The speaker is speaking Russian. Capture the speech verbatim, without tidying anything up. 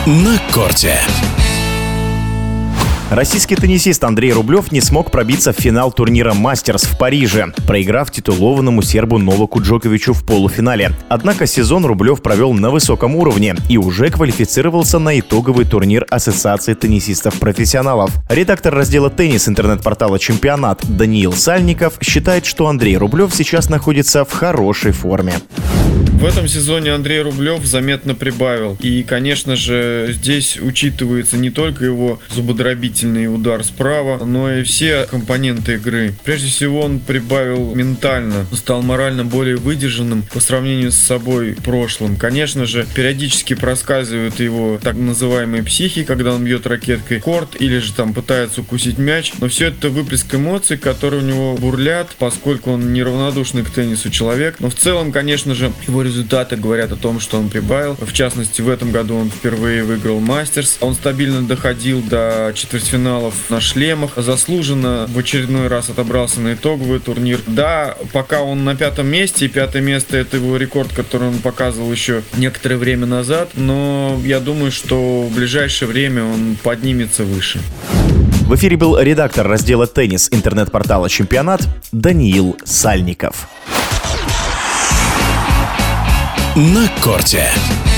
На корте. Российский теннисист Андрей Рублев не смог пробиться в финал турнира «Мастерс» в Париже, проиграв титулованному сербу Новаку Джоковичу в полуфинале. Однако сезон Рублев провел на высоком уровне и уже квалифицировался на итоговый турнир Ассоциации теннисистов-профессионалов. Редактор раздела «Теннис» интернет-портала «Чемпионат» Даниил Сальников считает, что Андрей Рублев сейчас находится в хорошей форме. В этом сезоне Андрей Рублев заметно прибавил. И, конечно же, здесь учитывается не только его зубодробительный удар справа, но и все компоненты игры. Прежде всего, он прибавил ментально, стал морально более выдержанным по сравнению с собой в прошлом. Конечно же, периодически проскальзывает его так называемые психи, когда он бьет ракеткой корт или же там пытается укусить мяч. Но все это выплеск эмоций, которые у него бурлят, поскольку он неравнодушный к теннису человек. Но в целом, конечно же, его результаты говорят о том, что он прибавил. В частности, в этом году он впервые выиграл Мастерс. Он стабильно доходил до четвертьфиналов на шлемах. Заслуженно в очередной раз отобрался на итоговый турнир. Да, пока он на пятом месте, и пятое место — это его рекорд, который он показывал еще некоторое время назад. Но я думаю, что в ближайшее время он поднимется выше. В эфире был редактор раздела «Теннис» интернет-портала «Чемпионат» Даниил Сальников. На корте.